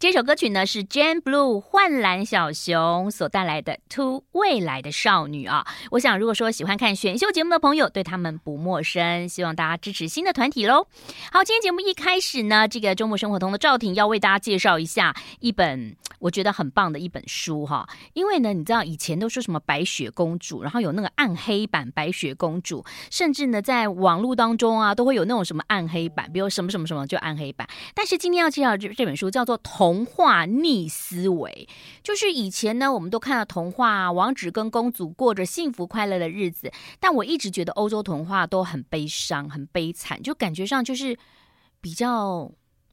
这首歌曲呢是 Jane Blue 幻蓝小熊所带来的 To 未来的少女啊。我想如果说喜欢看选秀节目的朋友对他们不陌生，希望大家支持新的团体咯。好，今天节目一开始呢，这个周末生活通的赵婷要为大家介绍一下一本我觉得很棒的一本书哈。因为呢你知道以前都说什么白雪公主，然后有那个暗黑版白雪公主，甚至呢在网络当中啊都会有那种什么暗黑版，比如什么什么什么就暗黑版。但是今天要介绍这本书叫做童话逆思维，就是以前呢我们都看到童话啊，王子跟公主过着幸福快乐的日子，但我一直觉得欧洲童话都很悲伤很悲惨，就感觉上就是比较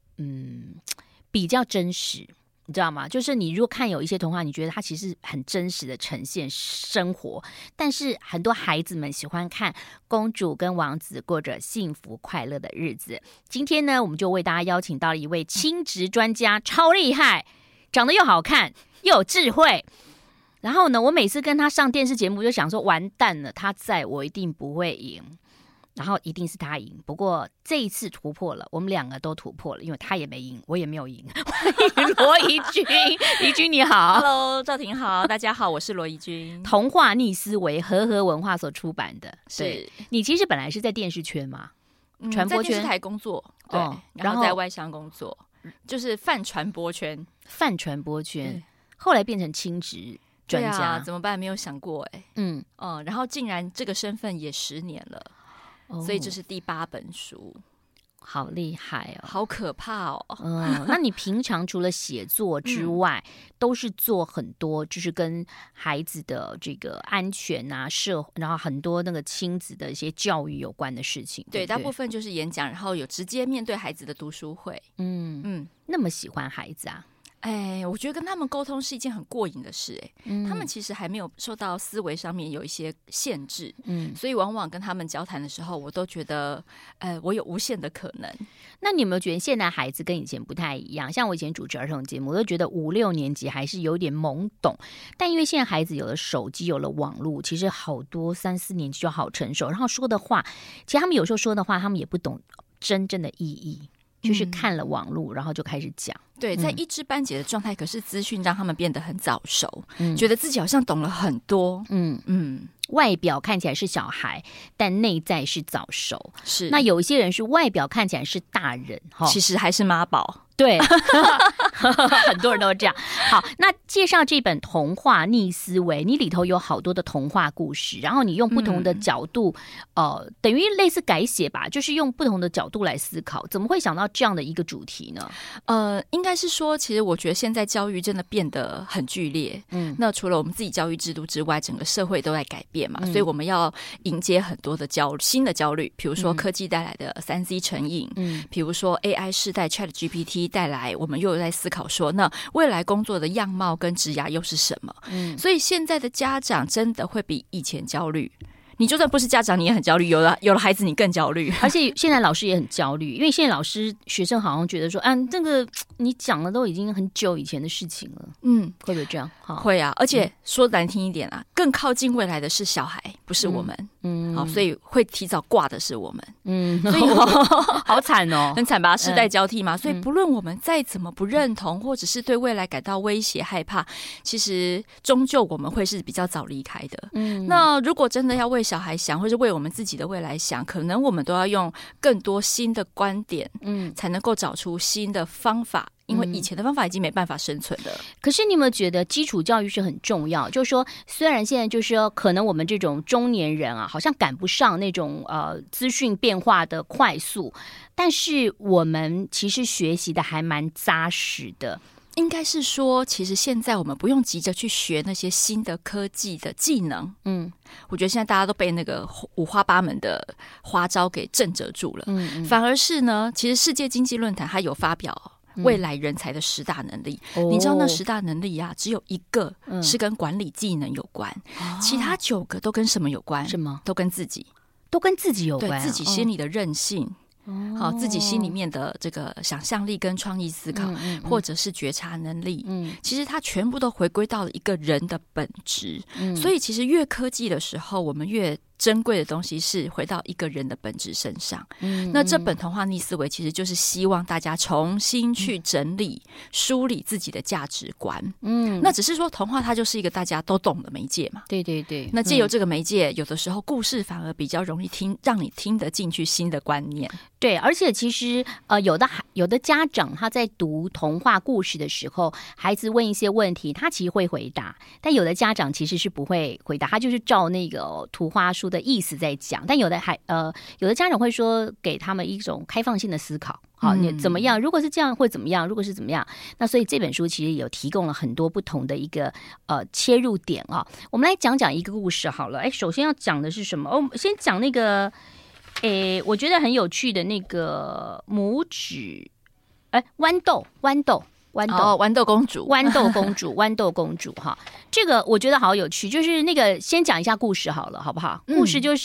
真实，你知道吗？就是你如果看有一些童话，你觉得它其实很真实的呈现生活，但是很多孩子们喜欢看公主跟王子过着幸福快乐的日子。今天呢，我们就为大家邀请到了一位亲职专家，超厉害，长得又好看又有智慧。然后呢，我每次跟他上电视节目就想说，完蛋了，他在我一定不会赢。然后一定是他赢，不过这一次突破了，我们两个都突破了，因为他也没赢，我也没有赢。欢迎罗怡君，怡君你好。 Hello， 赵婷好，大家好，我是罗怡君。 童话逆思维，和合文化所出版的。 是你其实本来是在电视圈嘛，传播圈， 在电视台工作，对，然后在外商工作，就是泛传播圈，后来变成亲职专家， 对啊，怎么办？没有想过然后竟然这个身份也10年了。所以这是第8本书， 好厉害哦， 好可怕哦。 那你平常除了写作之外，都是做很多就是跟孩子的这个安全啊、然后很多那个亲子的一些教育有关的事情。对， 大部分就是演讲，然后有直接面对孩子的读书会。 那么喜欢孩子啊？ 我觉得跟他们沟通是一件很过瘾的事。他们其实还没有受到思维上面有一些限制，所以往往跟他们交谈的时候，我都觉得我有无限的可能。 那你有没有觉得现在孩子跟以前不太一样？像我以前主持儿童节目，我都觉得5、6年级还是有点懵懂，但因为现在孩子有了手机，有了网络，其实好多3、4年级就好成熟，然后说的话，其实他们有时候说的话，他们也不懂真正的意义。就是看了网络，然后就开始讲。 对，在一知半解的状态，可是资讯让他们变得很早熟，觉得自己好像懂了很多。 外表看起来是小孩，但内在是早熟。 是， 那有一些人是外表看起来是大人， 其实还是妈宝。 对，很多人都这样。好，那介绍这本童话逆思维，你里头有好多的童话故事，然后你用不同的角度，等于类似改写吧，就是用不同的角度来思考。怎么会想到这样的一个主题呢？ 应该是说，其实我觉得现在教育真的变得很剧烈。那除了我们自己教育制度之外，整个社会都在改变嘛，所以我们要迎接很多的新的焦虑，比如说科技带来的3C 成瘾，比如说 AI 世代 ChatGPT。带来我们又在思考说，那未来工作的样貌跟职涯又是什么？所以现在的家长真的会比以前焦虑。你就算不是家长，你也很焦虑。有了孩子，你更焦虑。 而且现在老师也很焦虑，因为现在老师学生好像觉得说，这个你讲的都已经很久以前的事情了。会不会这样？ 会啊。而且说难听一点啊，更靠近未来的是小孩，不是我们。所以会提早挂的是我们。所以好惨哦， 很惨吧？世代交替嘛。所以不论我们再怎么不认同，或者是对未来感到威胁害怕，其实终究我们会是比较早离开的。那如果真的要为小孩想，或是为我们自己的未来想，可能我们都要用更多新的观点，才能够找出新的方法。因为以前的方法已经没办法生存了。 可是你有没有觉得基础教育是很重要？就是说，虽然现在就是说，可能我们这种中年人啊，好像赶不上那种资讯变化的快速，但是我们其实学习的还蛮扎实的。 应该是说，其实现在我们不用急着去学那些新的科技的技能。我觉得现在大家都被那个五花八门的花招给震慑住了。反而是呢，其实世界经济论坛它有发表未来人才的10大能力。你知道那10大能力啊，只有1个是跟管理技能有关，其他9个都跟什么有关？ 什么？ 都跟自己有关。 对，自己心里的韧性。好，自己心里面的这个想象力跟创意思考，或者是觉察能力，其实它全部都回归到了一个人的本质。所以其实越科技的时候，我们越珍贵的东西是回到一个人的本质身上。那这本童话逆思维其实就是希望大家重新去整理、梳理自己的价值观。那只是说童话它就是一个大家都懂的媒介嘛。 对对对。 那借由这个媒介，有的时候故事反而比较容易让你听得进去新的观念。 对，而且其实有的家长他在读童话故事的时候，孩子问一些问题，他其实会回答，但有的家长其实是不会回答，他就是照那个图画书的意思在讲。但有的家长会说给他们一种开放性的思考。好，你怎么样？如果是这样会怎么样？如果是怎么样？那所以这本书其实有提供了很多不同的一个切入点啊。我们来讲讲一个故事好了。首先要讲的是什么？先讲那个。我觉得很有趣的那个拇指，豌豆公主，豌豆公主哈，这个我觉得好有趣。就是那个先讲一下故事好了，好不好？故事就是，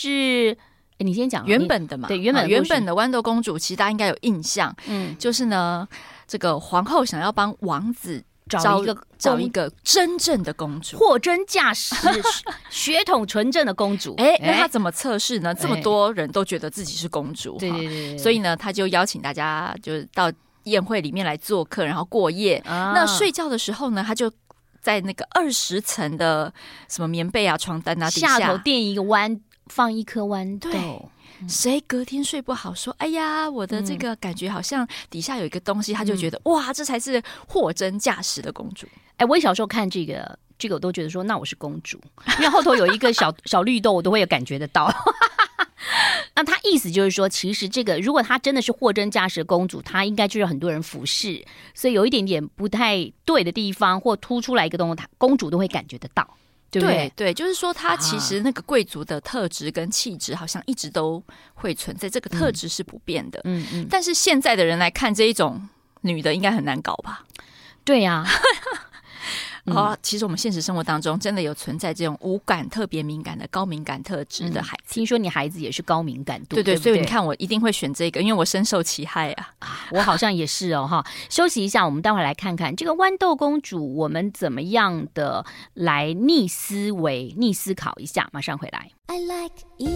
你先讲原本的嘛， 对， 原本的豌豆公主，其实大家应该有印象，就是呢，这个皇后想要帮王子。找一个真正的公主， 货真价实、血统纯正的公主。 那她怎么测试呢？这么多人都觉得自己是公主，对，所以呢，她就邀请大家就是到宴会里面来做客，然后过夜。那睡觉的时候呢，她就在那个20层的什么棉被啊、床单啊底下头垫一个放一颗豌豆。 谁隔天睡不好说哎呀我的这个感觉好像底下有一个东西，他就觉得哇这才是货真价实的公主。 我小时候看这个我都觉得说那我是公主，因为后头有一个小绿豆我都会有感觉得到。那他意思就是说，其实这个如果她真的是货真价实的公主，她应该就是很多人服侍，所以有一点点不太对的地方或突出来一个东西，公主都会感觉得到。对不对？ 对，就是说她其实那个贵族的特质跟气质好像一直都会存在，这个特质是不变的。但是现在的人来看这一种女的应该很难搞吧？ 对呀。 其实我们现实生活当中真的有存在这种五感特别敏感的高敏感特质的孩子。 听说你孩子也是高敏感度， 对，所以你看我一定会选这个，因为我深受其害啊。 我好像也是哦哈。休息一下，我们待会儿来看看这个豌豆公主，我们怎么样的来逆思考一下，马上回来。I like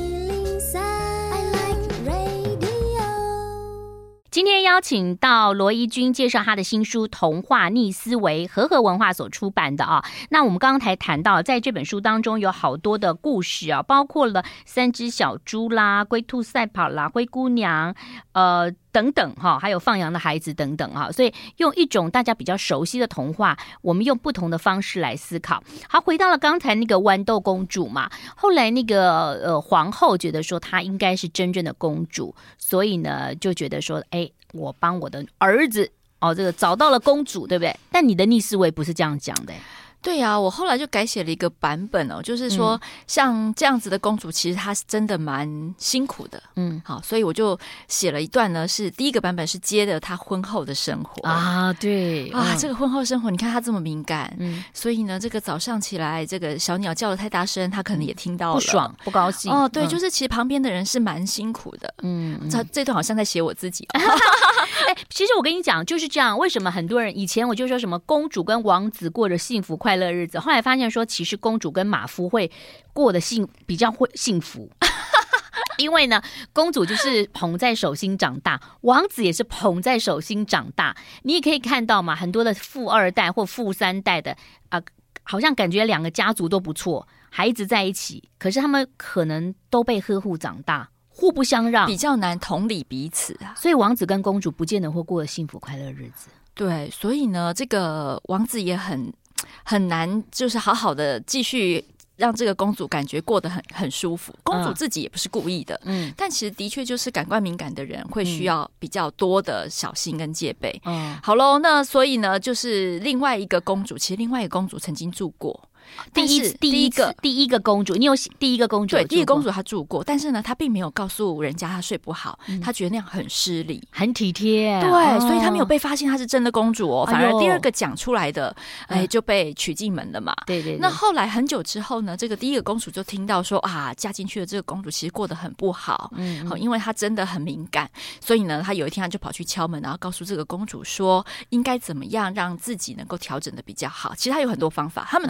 103, I like radio。今天邀请到罗怡君介绍他的新书《童话逆思维》，和合文化所出版的啊。那我们刚才谈到，在这本书当中有好多的故事啊，包括了3只小猪啦、龟兔赛跑啦、灰姑娘，等等哈，还有放羊的孩子等等哈，所以用一种大家比较熟悉的童话，我们用不同的方式来思考。好，回到了刚才那个豌豆公主嘛，后来那个皇后觉得说她应该是真正的公主，所以呢就觉得说，我帮我的儿子这个找到了公主，对不对？但你的逆思维不是这样讲的。 对啊，我后来就改写了一个版本就是说像这样子的公主其实她是真的蛮辛苦的。好，所以我就写了一段呢，是第一个版本是接的她婚后的生活啊。对啊， 这个婚后生活你看她这么敏感，所以呢这个早上起来这个小鸟叫得太大声，她可能也听到了， 不爽不高兴对，就是其实旁边的人是蛮辛苦的。这段好像在写我自己其实我跟你讲就是这样，为什么很多人以前我就说什么公主跟王子过着幸福快乐日子，后来发现说其实公主跟马夫会过得比较会幸福。因为呢公主就是捧在手心长大，王子也是捧在手心长大。你也可以看到嘛，很多的富2代或富3代的好像感觉2个家族都不错，孩子在一起，可是他们可能都被呵护长大，互不相让， 比较难同理彼此啊。 所以王子跟公主不见得会过得幸福快乐的日子。 对，所以呢这个王子也很难就是好好的继续让这个公主感觉过得很舒服。公主自己也不是故意的，但其实的确就是感官敏感的人会需要比较多的小心跟戒备。好咯，那所以呢就是另外一个公主，其实另外一个公主曾经住过。 第一个公主，你有第一个公主？ 对，第一个公主她住过，但是呢她并没有告诉人家她睡不好，她觉得那样很失礼， 很体贴。 对，所以她没有被发现她是真的公主反而第二个讲出来的就被娶进门了嘛。对。那后来很久之后呢，这个第一个公主就听到说嫁进去的这个公主其实过得很不好，因为她真的很敏感，所以呢她有一天她就跑去敲门，然后告诉这个公主说应该怎么样让自己能够调整的比较好。其实她有很多方法，他们同病相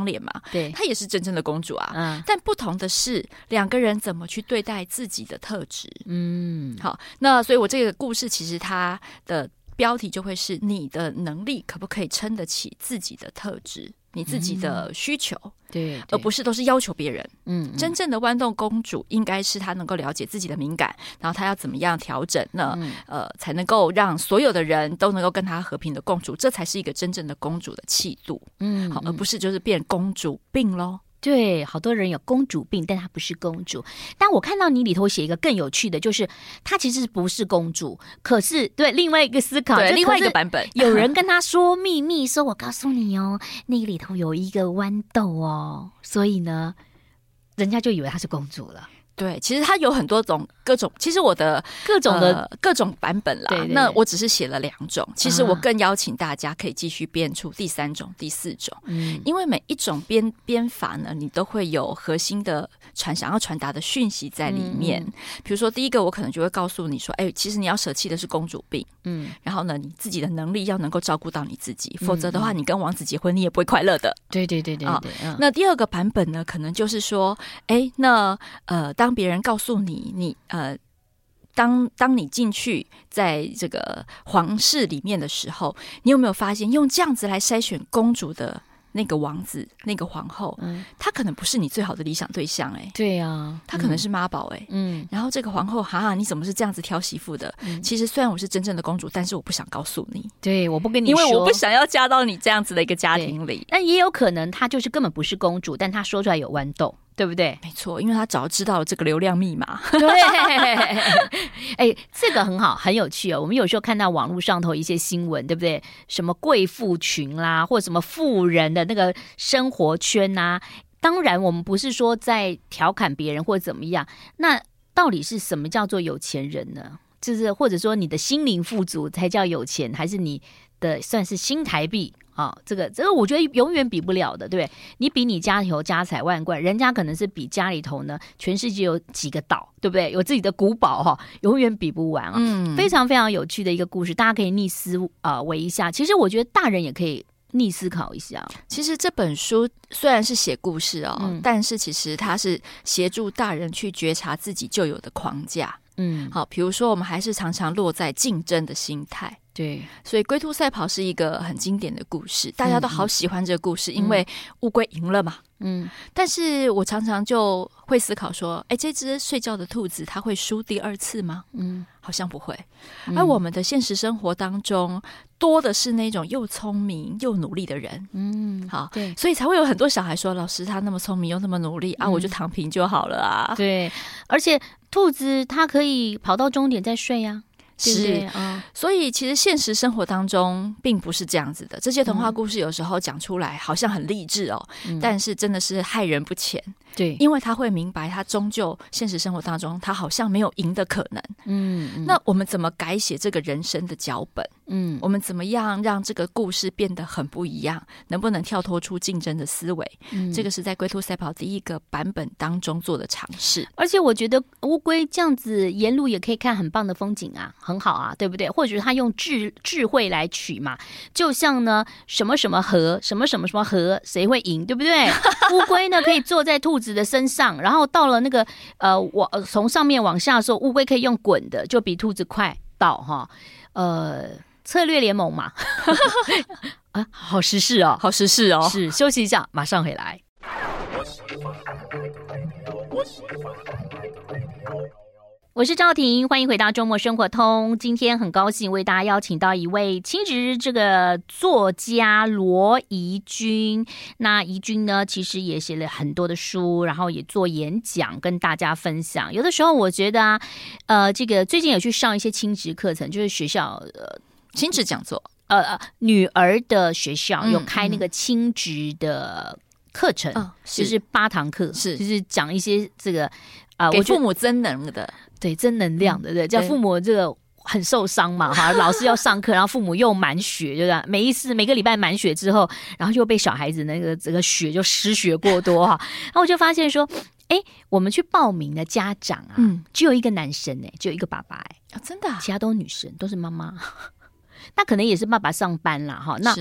相恋嘛， 对， 她也是真正的公主啊。但不同的是，两个人怎么去对待自己的特质。好，那所以我这个故事其实它的标题就会是你的能力可不可以撑得起自己的特质，你自己的需求， 对， 而不是都是要求别人。真正的豌豆公主应该是她能够了解自己的敏感，然后她要怎么样调整呢？才能够让所有的人都能够跟她和平的共处，这才是一个真正的公主的气度。好，而不是就是变公主病咯。 对，好多人有公主病，但她不是公主。但我看到你里头写一个更有趣的，就是她其实不是公主，可是对另外一个思考， 对另外一个版本， 有人跟她说秘密，说我告诉你哦，那个里头有一个豌豆哦，所以呢，人家就以为她是公主了。 对，其实它有很多种各种，其实我的各种版本啦。对，那我只是写了2种，其实我更邀请大家可以继续编出第3种、第4种，因为每一种编法呢，你都会有核心的想要传达的讯息在里面。比如说第一个，我可能就会告诉你说，其实你要舍弃的是公主病，然后呢，你自己的能力要能够照顾到你自己，否则的话，你跟王子结婚，你也不会快乐的。 对。 那第2个版本呢，可能就是说，当别人告诉你当你进去在这个皇室里面的时候，你有没有发现用这样子来筛选公主的那个王子那个皇后，他可能不是你最好的理想对象。 对啊， 他可能是妈宝。然后这个皇后你怎么是这样子挑媳妇的？其实虽然我是真正的公主，但是我不想告诉你。 对，我不跟你说， 因为我不想要嫁到你这样子的一个家庭里。 但也有可能她就是根本不是公主，但她说出来有豌豆，对不对？ 没错，因为他早知道了这个流量密码。 对，这个很好，很有趣哦。我们有时候看到网络上头一些新闻，对不对？什么贵妇群啦，或者什么富人的那个生活圈啊。当然，我们不是说在调侃别人或者怎么样。那到底是什么叫做有钱人呢？就是或者说你的心灵富足才叫有钱，还是你的算是新台币？这个我觉得永远比不了的，对不对？你比你家里头家财万贯，人家可能是比家里头呢，全世界有几个岛，对不对？有自己的古堡永远比不完非常非常有趣的一个故事，大家可以逆思维一下。其实我觉得大人也可以逆思考一下。 其实这本书虽然是写故事但是其实它是协助大人去觉察自己就有的框架。好，比如说我们还是常常落在竞争的心态。 对， 所以龟兔赛跑是一个很经典的故事，大家都好喜欢这个故事，因为乌龟赢了嘛。但是我常常就会思考说，这只睡觉的兔子它会输第2次吗？好像不会。而我们的现实生活当中，多的是那种又聪明又努力的人。好，对，所以才会有很多小孩说，老师他那么聪明又那么努力我就躺平就好了啊。 对，而且兔子它可以跑到终点再睡啊。 是，所以其实现实生活当中并不是这样子的。这些童话故事有时候讲出来好像很励志但是真的是害人不浅。 对， 因为他会明白，他终究现实生活当中，他好像没有赢的可能。那我们怎么改写这个人生的脚本？我们怎么样让这个故事变得很不一样？能不能跳脱出竞争的思维？这个是在龟兔赛跑第1个版本当中做的尝试。 而且我觉得乌龟这样子沿路也可以看很棒的风景啊，很好啊，对不对？或者是他用智慧来取嘛，就像呢什么什么河，什么什么什么河，谁会赢，对不对？乌龟呢可以坐在兔子的身上，然后到了那个从上面往下的时候，乌龟可以用滚的，就比兔子快到策略联盟嘛。好时事哦， 好时事哦。 是，休息一下，马上回来。我是赵婷，欢迎回到周末生活通。今天很高兴为大家邀请到一位亲职这个作家罗怡君。那怡君呢，其实也写了很多的书，然后也做演讲跟大家分享。有的时候我觉得这个最近有去上一些亲职课程，就是学校亲职讲座。 女儿的学校有开那个亲职的课程，就是8堂课，就是讲一些这个给父母增能的。 对，增能量的，对，叫父母这个很受伤嘛，老师要上课，然后父母又满血，就是每个礼拜满血之后，然后又被小孩子那个整个血就失血过多然后我就发现说，我们去报名的家长只有一个男生只有一个爸爸真的其他都是女生，都是妈妈。那可能也是爸爸上班啦那是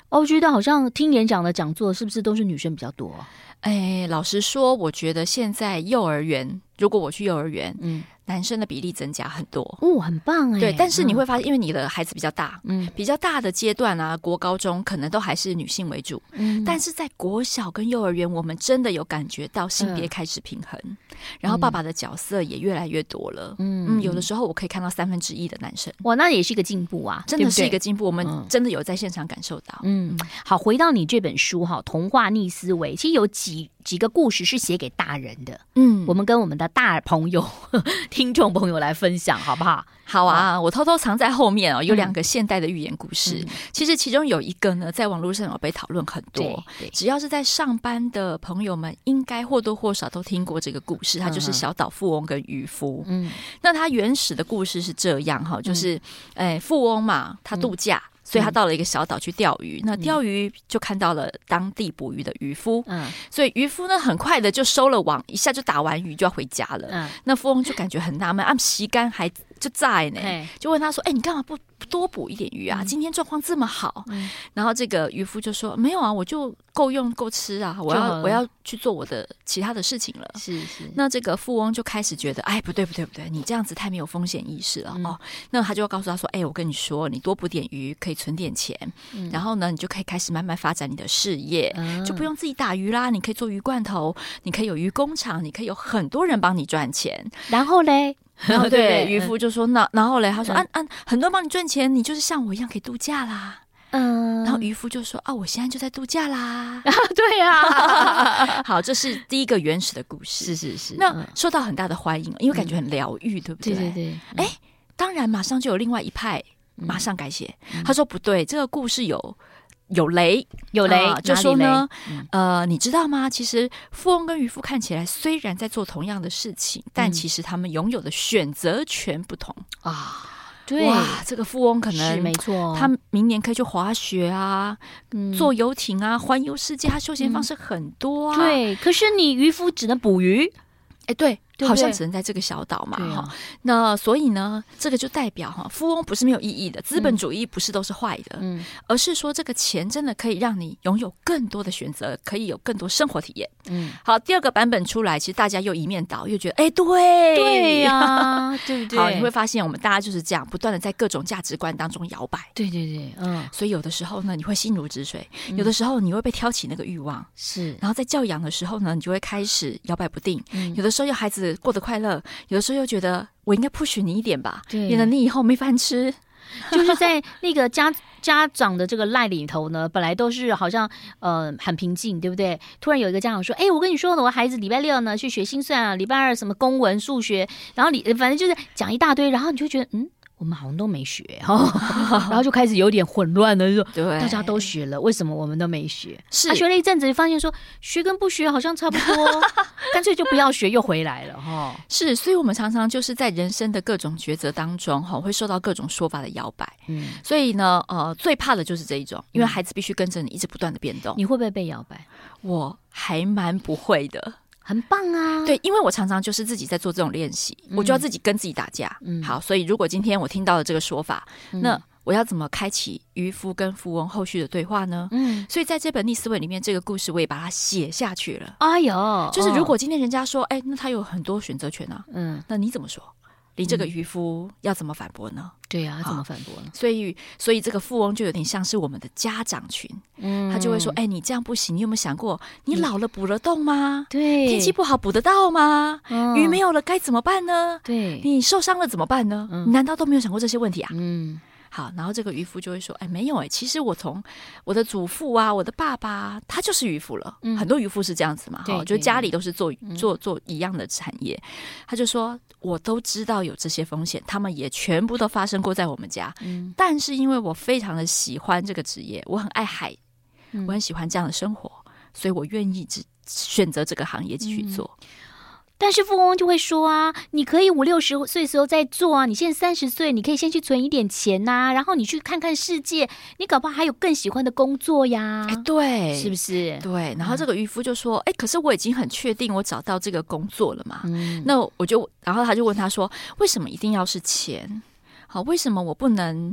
我觉得好像听演讲的讲座是不是都是女生比较多？ 老实说，我觉得现在幼儿园，如果我去幼儿园，男生的比例增加很多很棒哎。 对，但是你会发现，因为你的孩子比较大，比较大的阶段啊，国高中可能都还是女性为主，但是在国小跟幼儿园，我们真的有感觉到性别开始平衡，然后爸爸的角色也越来越多了。有的时候我可以看到1/3的男生， 哇，那也是一个进步啊， 真的是一个进步，我们真的有在现场感受到。 好，回到你这本书哈，《童话逆思维》，其实有几个故事是写给大人的，我们跟我们的大朋友、听众朋友来分享，好不好？ 好啊，我偷偷藏在后面有2个现代的寓言故事。其实其中有一个呢，在网络上有被讨论很多，只要是在上班的朋友们，应该或多或少都听过这个故事。它就是小岛富翁跟渔夫。那它原始的故事是这样哈，就是富翁嘛，他度假。所以他到了一个小岛去钓鱼，那钓鱼就看到了当地捕鱼的渔夫，所以渔夫呢很快的就收了网，一下就打完鱼就要回家了。那富翁就感觉很纳闷，洗竿还就在呢，就问他说：“你干嘛不多捕一点鱼啊？今天状况这么好。”然后这个渔夫就说：“没有啊，我就够用够吃啊，我要去做我的其他的事情了。” 是。 那这个富翁就开始觉得，不对，你这样子太没有风险意识了哦。那他就要告诉他说：“我跟你说，你多捕点鱼可以存点钱，然后呢，你就可以开始慢慢发展你的事业，就不用自己打鱼啦。你可以做鱼罐头，你可以有鱼工厂，你可以有很多人帮你赚钱。 然后嘞。” 然后对渔夫就说然后嘞，他说很多人帮你赚钱，你就是像我一样可以度假啦。然后渔夫就说我现在就在度假啦。 对啊。 好，这是第一个原始的故事。 是。 那受到很大的欢迎，因为感觉很疗愈，对不对？ 对。 当然马上就有另外一派马上改写，他说不对，这个故事有雷，就说呢，你知道吗？其实富翁跟渔夫看起来虽然在做同样的事情，但其实他们拥有的选择权不同啊。 对， 哇，这个富翁可能没错， 他明年可以去滑雪啊，坐游艇啊，环游世界，他休闲方式很多啊。 对，可是你渔夫只能捕鱼， 对。好像只能在这个小岛嘛，那所以呢，这个就代表富翁不是没有意义的，资本主义不是都是坏的，而是说这个钱真的可以让你拥有更多的选择，可以有更多生活体验。好，第二个版本出来，其实大家又一面倒，又觉得对呀，对不对？ 好，你会发现我们大家就是这样，不断的在各种价值观当中摇摆。 对， 所以有的时候呢，你会心如止水；有的时候你会被挑起那个欲望， 是。 然后在教养的时候呢，你就会开始摇摆不定。有的时候有孩子过得快乐，有的时候又觉得我应该 push 你一点吧，免得你以后没饭吃。 就是在那个家长的这个赖里头呢，本来都是好像很平静，对不对？突然有一个家长说：“我跟你说，我孩子礼拜6呢去学心算啊，礼拜2什么公文、数学，然后反正就是讲一大堆，然后你就觉得我们好像都没学然后就开始有点混乱了，就说大家都学了，为什么我们都没学？是学了一阵子，发现说学跟不学好像差不多，干脆就不要学，又回来了是，所以我们常常就是在人生的各种抉择当中会受到各种说法的摇摆。所以呢，最怕的就是这一种，因为孩子必须跟着你一直不断的变动。 你会不会被摇摆？ 我还蛮不会的。 很棒啊！ 对，因为我常常就是自己在做这种练习，我就要自己跟自己打架。好，所以如果今天我听到了这个说法，那我要怎么开启渔夫跟富翁后续的对话呢？所以在这本逆思维里面，这个故事我也把它写下去了。 哎呦， 就是如果今天人家说，那他有很多选择权啊，那你怎么说？你这个渔夫要怎么反驳呢？ 对呀，怎么反驳呢？ 所以这个富翁就有点像是我们的家长群，他就会说：“你这样不行，你有没有想过，你老了捕得动吗？ 对， 天气不好捕得到吗？鱼没有了该怎么办呢？ 对， 你受伤了怎么办呢？你难道都没有想过这些问题啊？”好，然后这个渔夫就会说：“没有其实我从我的祖父啊，我的爸爸，他就是渔夫了。很多渔夫是这样子嘛，就家里都是做一样的产业。他就说，我都知道有这些风险，他们也全部都发生过在我们家。但是因为我非常的喜欢这个职业，我很爱海，我很喜欢这样的生活，所以我愿意选择这个行业继续做。” 但是富翁就会说啊，你可以50-60岁的时候再做啊，你现在30岁，你可以先去存一点钱呐，然后你去看看世界，你搞不好还有更喜欢的工作呀。 对， 是不是？ 对。然后这个渔夫就说，可是我已经很确定我找到这个工作了嘛。那然后他就问他说，为什么一定要是钱？好，为什么我不能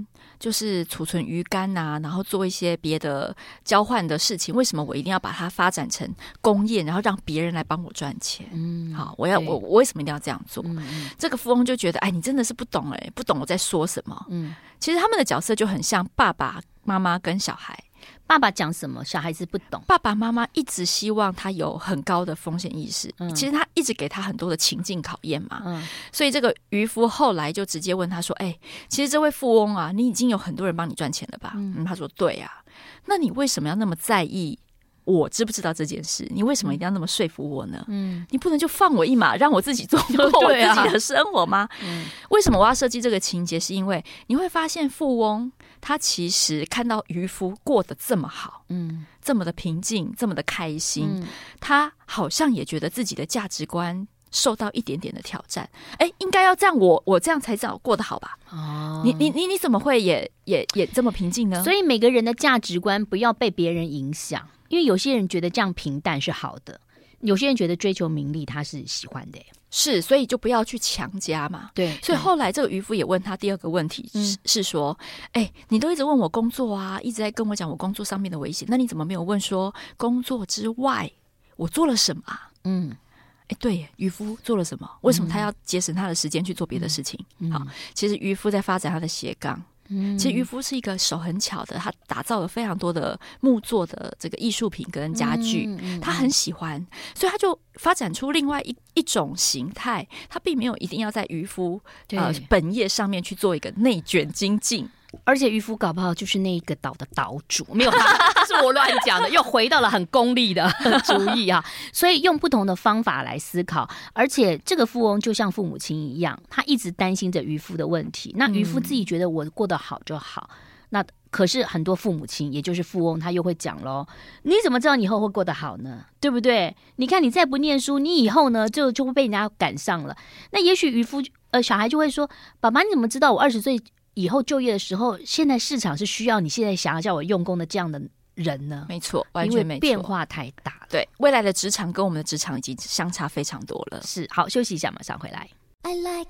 就是储存鱼竿啊，然后做一些别的交换的事情，为什么我一定要把它发展成工业，然后让别人来帮我赚钱？好，我为什么一定要这样做？这个富翁就觉得，哎，你真的是不懂不懂我在说什么。其实他们的角色就很像爸爸妈妈跟小孩。 爸爸讲什么，小孩子不懂。 爸爸妈妈一直希望他有很高的风险意识，其实他一直给他很多的情境考验嘛。所以这个渔夫后来就直接问他说：“哎，其实这位富翁啊，你已经有很多人帮你赚钱了吧？”他说：“对啊，那你为什么要那么在意我知不知道这件事？你为什么一定要那么说服我呢？你不能就放我一马，让我自己做我自己的生活吗？为什么我要设计这个情节？是因为你会发现富翁他其实看到渔夫过得这么好，这么的平静，这么的开心，他好像也觉得自己的价值观受到一点点的挑战。哎，应该要这样，我这样才知道过得好吧？你怎么会也这么平静呢？ 所以每个人的价值观不要被别人影响。因为有些人觉得这样平淡是好的，有些人觉得追求名利他是喜欢的， 是，所以就不要去强加嘛。 对， 所以后来这个渔夫也问他第二个问题，是说，哎，你都一直问我工作啊，一直在跟我讲我工作上面的危险，那你怎么没有问说工作之外我做了什么啊？哎，对，渔夫做了什么？为什么他要节省他的时间去做别的事情？好，其实渔夫在发展他的斜杠。其实渔夫是一个手很巧的，他打造了非常多的木做的这个艺术品跟家具，他很喜欢，所以他就发展出另外一种形态，他并没有一定要在渔夫本业上面去做一个内卷精进。 而且渔夫搞不好就是那个岛的岛主，没有他，是我乱讲的，又回到了很功利的主意啊。所以用不同的方法来思考，而且这个富翁就像父母亲一样，他一直担心着渔夫的问题。那渔夫自己觉得我过得好就好，那可是很多父母亲，也就是富翁，他又会讲咯，你怎么知道你以后会过得好呢？对不对？你看你再不念书，你以后呢就会被人家赶上了。那也许渔夫小孩就会说，爸爸你怎么知道我20岁以后就业的时候，现在市场是需要你现在想要叫我用功的这样的人呢？ 没错，完全没错， 因为变化太大了。 对，未来的职场跟我们的职场已经相差非常多了。 是，好，休息一下，马上回来。 I like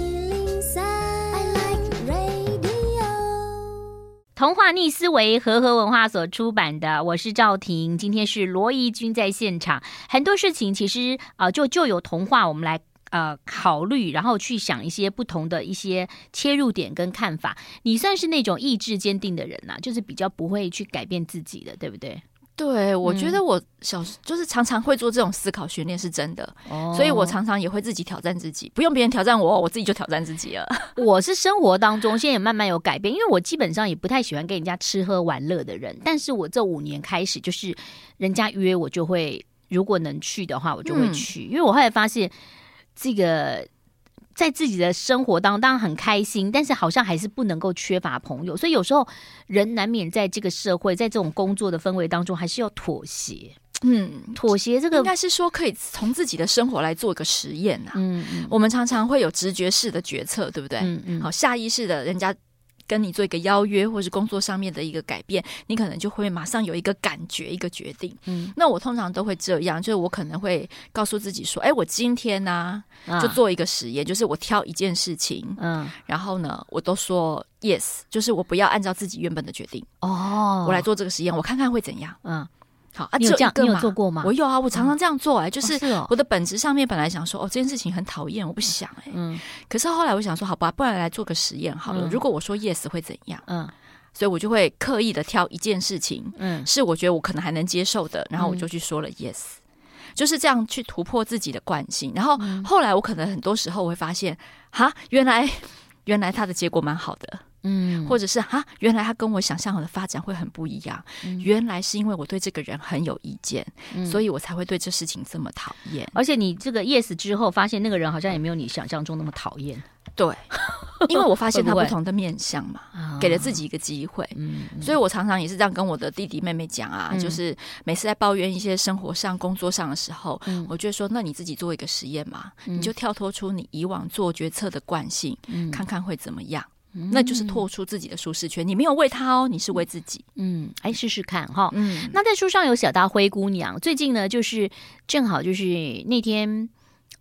103, I like radio。 童话逆思维，和合文化所出版的，我是赵婷，今天是罗怡君在现场。很多事情其实就有童话，我们来考虑，然后去想一些不同的一些切入点跟看法。你算是那种意志坚定的人啊，就是比较不会去改变自己的，对不对？ 对，我觉得我就是常常会做这种思考训练，是真的。所以我常常也会自己挑战自己，不用别人挑战我，我自己就挑战自己了。 我是生活当中现在也慢慢有改变，因为我基本上也不太喜欢跟人家吃喝玩乐的人，但是我这5年开始，就是人家约我就会，如果能去的话我就会去，因为我后来发现这个在自己的生活当然很开心，但是好像还是不能够缺乏朋友，所以有时候人难免在这个社会，在这种工作的氛围当中，还是要妥协。妥协这个应该是说可以从自己的生活来做一个实验啊。我们常常会有直觉式的决策，对不对？好，下意识的人家跟你做一个邀约，或是工作上面的一个改变，你可能就会马上有一个感觉，一个决定。那我通常都会这样，就是我可能会告诉自己说，我今天呢就做一个实验，就是我挑一件事情，然后呢我都说 yes， 就是我不要按照自己原本的决定。我来做这个实验，我看看会怎样。好啊， 你有这样，你有做过吗？ 我有啊，我常常这样做。就是我的本质上面本来想说，这件事情很讨厌，我不想可是后来我想说，好吧，不然来做个实验好了。如果我说 yes 会怎样？所以我就会刻意的挑一件事情，是我觉得我可能还能接受的，然后我就去说了 yes，就是这样去突破自己的惯性。然后后来我可能很多时候我会发现，原来他的结果蛮好的。或者是原来他跟我想象的发展会很不一样，原来是因为我对这个人很有意见，所以我才会对这事情这么讨厌。 而且你这个 yes 之后，发现那个人好像也没有你想象中那么讨厌。 对，因为我发现他不同的面向嘛，给了自己一个机会。所以我常常也是这样跟我的弟弟妹妹讲啊，就是每次在抱怨一些生活上工作上的时候，我就会说，那你自己做一个实验嘛，你就跳脱出你以往做决策的惯性，看看会怎么样。那就是拓出自己的舒适圈，你没有为他你是为自己。 试试看哈。那在书上有写到灰姑娘，最近呢，就是正好就是那天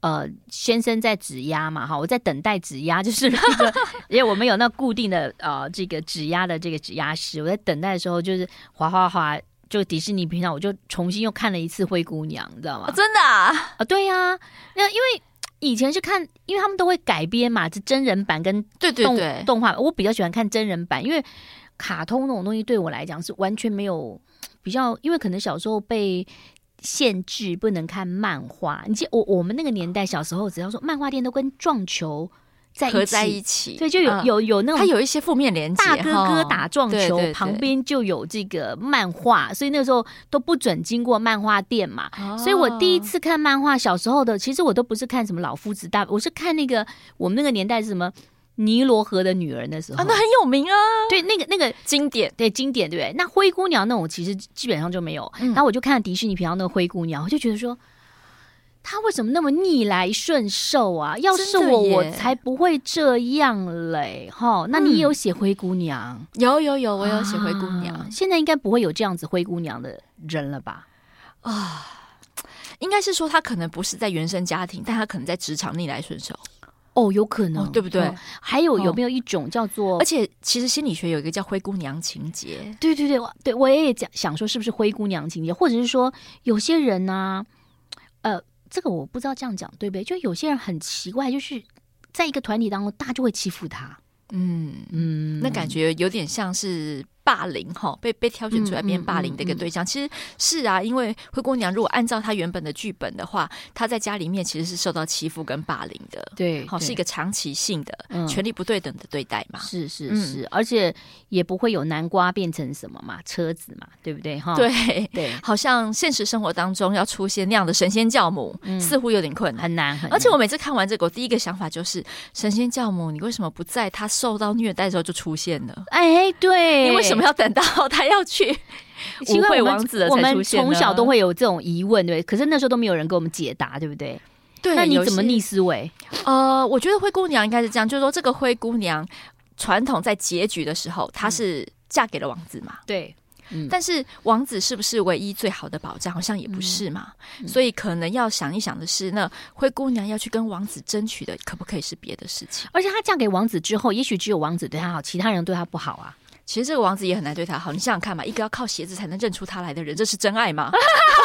先生在指压嘛，哈，我在等待指压，就是那个，因为我们有那固定的这个指压的这个指压师，我在等待的时候就是滑滑滑，就迪士尼频道，我就重新又看了一次《灰姑娘》，你知道吗？ 真的啊？ 对呀，那因为以前是看，因为他们都会改编嘛，这真人版跟动画，我比较喜欢看真人版，因为卡通那种东西对我来讲是完全没有比较，因为可能小时候被限制不能看漫画。你记得我们那个年代小时候，只要说漫画店都跟撞球合在一起， 对，就有那种它有一些负面连结， 大哥哥打撞球， 对对对， 旁边就有这个漫画，所以那个时候都不准经过漫画店嘛。所以我第一次看漫画，小时候的其实我都不是看什么老夫子大，我是看那个我们那个年代是什么尼罗河的女儿那时候那很有名啊， 对，那个经典， 对经典，对不对？那灰姑娘那种其实基本上就没有。然后我就看迪士尼频道那个灰姑娘，我就觉得说，她为什么那么逆来顺受啊？要是我才不会这样嘞！哈，那你也有写灰姑娘？ 有，我有写灰姑娘。 现在应该不会有这样子灰姑娘的人了吧？ 应该是说她可能不是在原生家庭，但她可能在职场逆来顺受。 有可能， 对不对？ 还有没有一种叫做？ 而且其实心理学有一个叫灰姑娘情节。 对，我也想说是不是灰姑娘情节，或者是说有些人呢，这个我不知道这样讲对不对？就有些人很奇怪，就是在一个团体当中，大家就会欺负他。那感觉有点像是霸凌哈，被挑选出来变霸凌的一个对象。其实是啊，因为灰姑娘如果按照她原本的剧本的话，她在家里面其实是受到欺负跟霸凌的。 对， 是一个长期性的权力不对等的对待嘛。 是，而且也不会有南瓜变成什么嘛，车子嘛，对不对？哈， 对，好像现实生活当中要出现那样的神仙教母，似乎有点困难， 很难。 而且我每次看完这个，我第一个想法就是，神仙教母，你为什么不在她受到虐待的时候就出现呢？ 对， 你为什么要等到他要去舞会王子了才出现呢？ 我们从小都会有这种疑问，对不对？可是那时候都没有人给我们解答，对不对？ 对， 那你怎么逆思维？ 我觉得灰姑娘应该是这样，就是说这个灰姑娘传统在结局的时候，她是嫁给了王子嘛？ 对。 但是王子是不是唯一最好的保障？好像也不是嘛。所以可能要想一想的是，那灰姑娘要去跟王子争取的，可不可以是别的事情？ 而且她嫁给王子之后，也许只有王子对她好，其他人对她不好啊。 其实这个王子也很难对她好，你想想看嘛，一个要靠鞋子才能认出他来的人，这是真爱吗？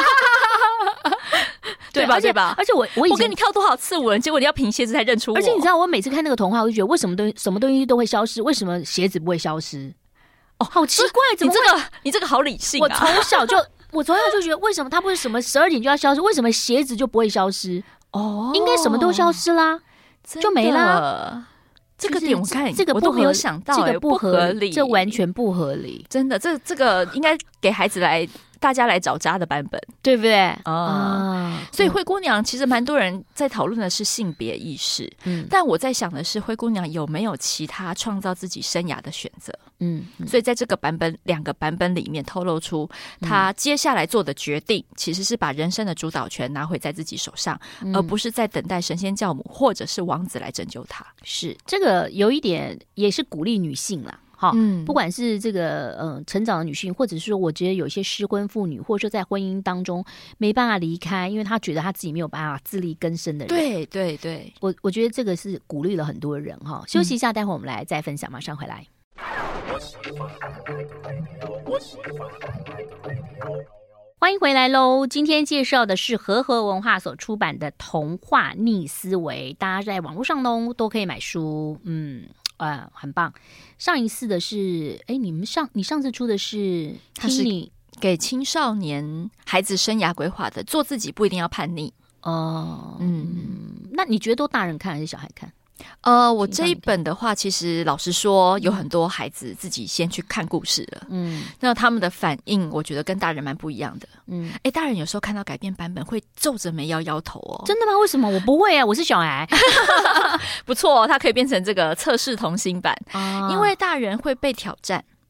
对吧？ 而且我跟你跳多少次舞了，结果你要凭鞋子才认出我。 而且你知道，我每次看那个童话，我就觉得为什么什么东西都会消失，为什么鞋子不会消失？好奇怪！怎么你这个好理性啊！ 我从小就觉得，为什么他不是什么12点就要消失？为什么鞋子就不会消失？应该什么都消失啦，就没啦。 这个点我看这个我都没有想到， 这个不合理， 这完全不合理。 真的，这个应该给孩子大家来找渣的版本， 对不对？ 所以灰姑娘其实蛮多人在讨论的是性别意识，但我在想的是灰姑娘有没有其他创造自己生涯的选择？所以在这个2个版本里面透露出她接下来做的决定，其实是把人生的主导权拿回在自己手上，而不是在等待神仙教母或者是王子来拯救她。 是这个有一点也是鼓励女性啦。不管是这个成长的女性，或者是说我觉得有一些失婚妇女，或者说在婚姻当中没办法离开，因为她觉得她自己没有办法自力更生的人。 对， 我觉得这个是鼓励了很多人哈。休息一下，待会儿我们来再分享，马上回来。欢迎回来喽！今天介绍的是和合文化所出版的《童话逆思维》，大家在网络上都可以买书，很棒。上一次的是，你上次出的是， 它是给青少年孩子生涯规划的，做自己不一定要叛逆。 那你觉得都大人看还是小孩看？ 我这一本的话，其实老实说，有很多孩子自己先去看故事了。那他们的反应，我觉得跟大人蛮不一样的。大人有时候看到改编版本会皱着眉摇头哦。 真的吗？为什么？我不会啊，我是小孩。 不错，它可以变成这个测试童心版，因为大人会被挑战。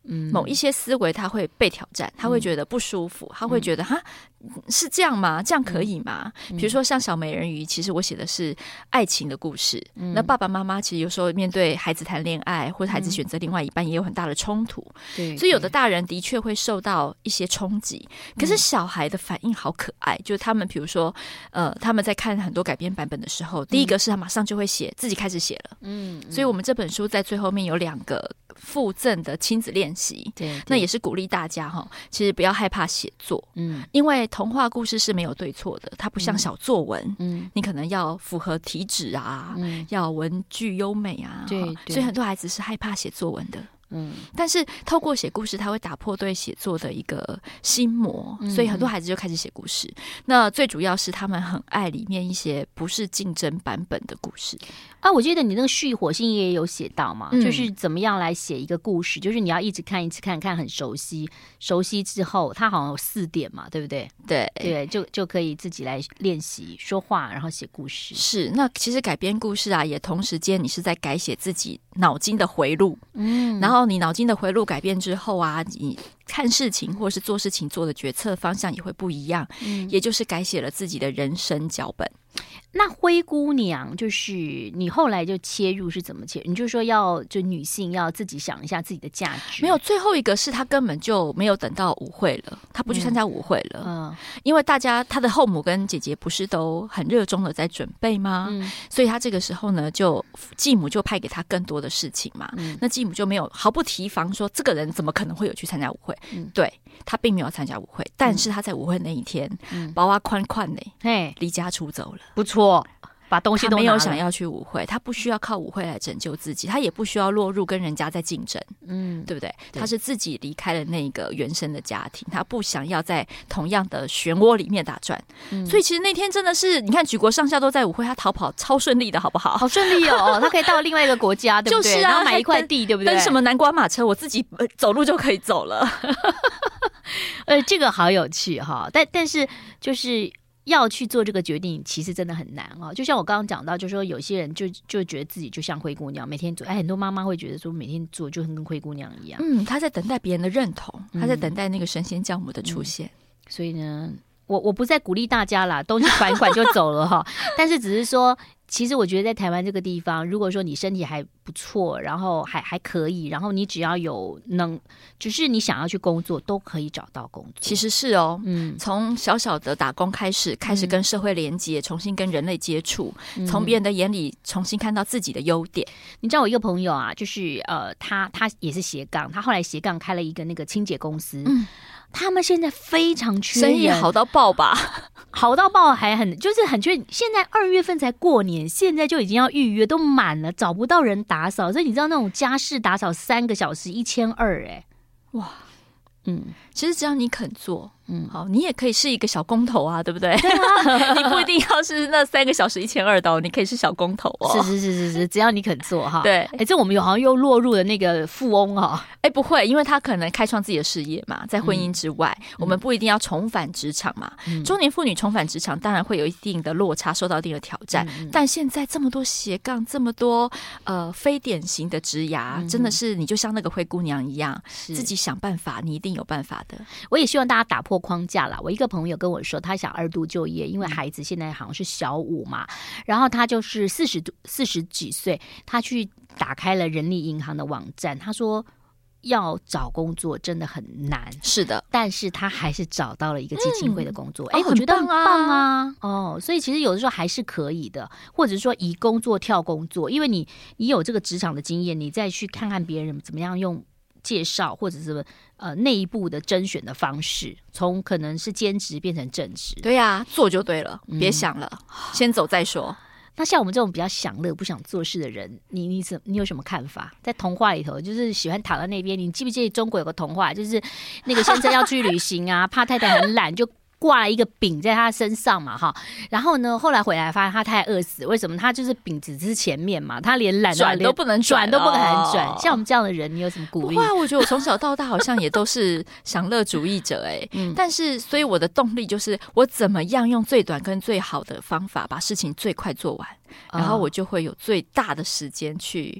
某一些思维他会被挑战，他会觉得不舒服，他会觉得哈是这样吗？这样可以吗？比如说像小美人鱼，其实我写的是爱情的故事，那爸爸妈妈其实有时候面对孩子谈恋爱或者孩子选择另外一半也有很大的冲突，所以有的大人的确会受到一些冲击，可是小孩的反应好可爱，就是他们比如说他们在看很多改编版本的时候，第一个是他马上就会写，自己开始写了，所以我们这本书在最后面有2个附赠的亲子练习，对，那也是鼓励大家其实不要害怕写作，因为童话故事是没有对错的，它不像小作文，你可能要符合体旨啊，要文句优美啊，对，所以很多孩子是害怕写作文的。但是透过写故事，他会打破对写作的一个心魔，所以很多孩子就开始写故事。那最主要是他们很爱里面一些不是竞争版本的故事啊。我记得你那个续火星也有写到嘛，就是怎么样来写一个故事，就是你要一直看一直看，看很熟悉之后，它好像有4点嘛，对不对？对，就可以自己来练习说话，然后写故事。 是，那其实改编故事啊，也同时间你是在改写自己脑筋的回路，然后你脑筋的回路改变之后啊，你看事情或是做事情做的决策方向也会不一样，也就是改写了自己的人生脚本。 那灰姑娘就是你后来就切入是怎么切入？你就说就女性要自己想一下自己的价值。 没有，最后一个是她根本就没有等到舞会了，她不去参加舞会了，因为她的后母跟姐姐不是都很热衷的在准备吗？所以她这个时候呢，继母就派给她更多的事情嘛，那继母就没有毫不提防说这个人怎么可能会有去参加舞会，对，她并没有参加舞会，但是她在舞会那一天包啊宽宽的离家出走了。 不错，把东西都拿了。他没有想要去舞会，他不需要靠舞会来拯救自己，他也不需要落入跟人家在竞争，对不对？他是自己离开了那个原生的家庭，他不想要在同样的漩涡里面打转，所以其实那天真的是，你看举国上下都在舞会，他逃跑超顺利的，好不好？ 好顺利哦，他可以到另外一个国家，对不对？ 就是啊， 然后买一块地，对不对？ 登什么南瓜马车，我自己走路就可以走了。 这个好有趣哈，但是就是要去做这个决定，其实真的很难哦。就像我刚刚讲到，就说有些人就觉得自己就像灰姑娘，每天做。很多妈妈会觉得说，每天做就跟灰姑娘一样。 她在等待别人的认同，她在等待那个神仙教母的出现。 所以呢，我不再鼓励大家啦，东西管一管就走了哈。但是只是说，其实我觉得在台湾这个地方，如果说你身体还不错，然后还可以，然后你只要有只是你想要去工作，都可以找到工作。 其实是哦，从小小的打工开始跟社会连接，重新跟人类接触，从别人的眼里重新看到自己的优点。 你知道我一个朋友啊，就是他也是斜杠，他后来斜杠开了一个那个清洁公司。他们现在非常缺人， 生意好到爆吧？ 好到爆，还就是很缺。现在2月份才过年，现在就已经要预约，都满了，找不到人打扫。所以你知道那种家事打扫3个小时1200，哇， 其实只要你肯做。好，你也可以是一个小工头啊，对不对？对啊，你不一定要是那3个小时1200，你可以是小工头哦。 是，只要你肯做哈。 对， 这我们好像又落入了那个富翁哈。 不会，因为他可能开创自己的事业嘛，在婚姻之外，我们不一定要重返职场嘛。中年妇女重返职场，当然会有一定的落差，受到一定的挑战。但现在这么多斜杠，这么多非典型的职涯，真的是你就像那个灰姑娘一样，自己想办法，你一定有办法的。 我也希望大家打破框架啦。我一个朋友跟我说，他想2度就业，因为孩子现在好像是小5嘛，然后他就是40几岁，他去打开了人力银行的网站，他说要找工作真的很难， 是的， 但是他还是找到了一个基金会的工作，我觉得很棒啊，所以其实有的时候还是可以的，或者是说以工作跳工作，因为你有这个职场的经验，你再去看看别人怎么样用介绍或者是内部的甄选的方式，从可能是兼职变成正职。 对呀，做就对了，别想了，先走再说。 那像我们这种比较享乐不想做事的人，你有什么看法？在童话里头，就是喜欢躺在那边。你记不记得中国有个童话，就是那个先生要去旅行啊，怕太太很懒，就挂了一个饼在他身上嘛，哈。然后呢，后来回来发现他太饿死，为什么？他就是饼只是前面嘛，他连懒转都不能转，都不可能转。像我们这样的人，你有什么鼓励？ 不会，我觉得我从小到大好像也都是享乐主义者但是所以我的动力就是我怎么样用最短跟最好的方法把事情最快做完，然后我就会有最大的时间去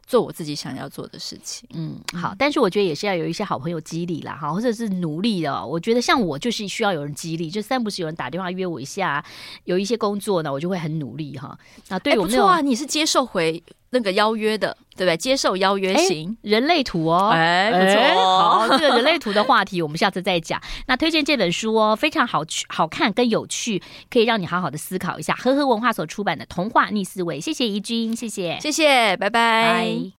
做我自己想要做的事情。 好，但是我觉得也是要有一些好朋友激励啦，哈，或者是努力的。我觉得像我就是需要有人激励，就三不时有人打电话约我一下，有一些工作呢，我就会很努力哈。那对我不错啊，你是接受回那个邀约的，对不对？接受邀约型人类图哦， 不错好，这个人类图的话题我们下次再讲。那推荐这本书哦，非常好看跟有趣，可以让你好好的思考一下。和和文化所出版的《童话逆思维》，谢谢怡君，谢谢， 谢谢，拜拜。